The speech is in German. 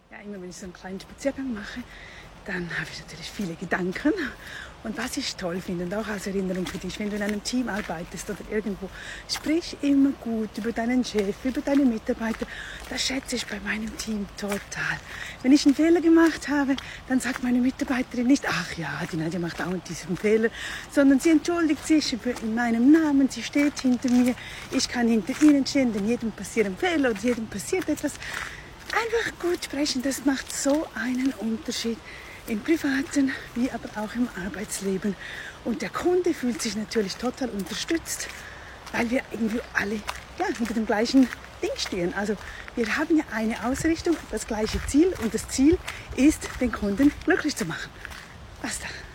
Ja, immer wenn ich so einen kleinen Spaziergang mache, dann habe ich natürlich viele Gedanken. Und was ich toll finde und auch als Erinnerung für dich, wenn du in einem Team arbeitest oder irgendwo, sprich immer gut über deinen Chef, über deine Mitarbeiter. Das schätze ich bei meinem Team total. Wenn ich einen Fehler gemacht habe, dann sagt meine Mitarbeiterin nicht, ach ja, die Nadja macht auch diesen Fehler, sondern sie entschuldigt sich in meinem Namen, sie steht hinter mir, ich kann hinter ihnen stehen, denn jedem passiert ein Fehler und jedem passiert etwas. Einfach gut sprechen, das macht so einen Unterschied im privaten wie aber auch im Arbeitsleben. Und der Kunde fühlt sich natürlich total unterstützt, weil wir irgendwie alle hinter dem gleichen Ding stehen. Also wir haben ja eine Ausrichtung, das gleiche Ziel und das Ziel ist, den Kunden glücklich zu machen. Basta.